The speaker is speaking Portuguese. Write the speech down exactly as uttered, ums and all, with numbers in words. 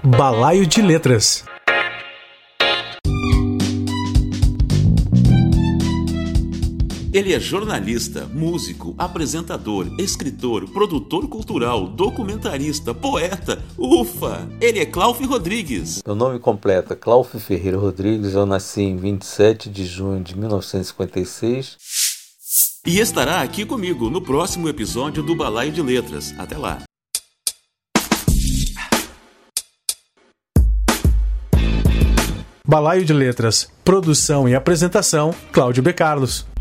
Balaio de Letras. Ele é jornalista, músico, apresentador, escritor, produtor cultural, documentarista, poeta. Ufa! Ele é Cláudio Rodrigues. Meu nome completo é Cláudio Ferreira Rodrigues. Eu nasci em vinte e sete de junho de mil novecentos e cinquenta e seis. E estará aqui comigo no próximo episódio do Balaio de Letras. Até lá! Balaio de Letras. Produção e apresentação, Cláudio B. Carlos.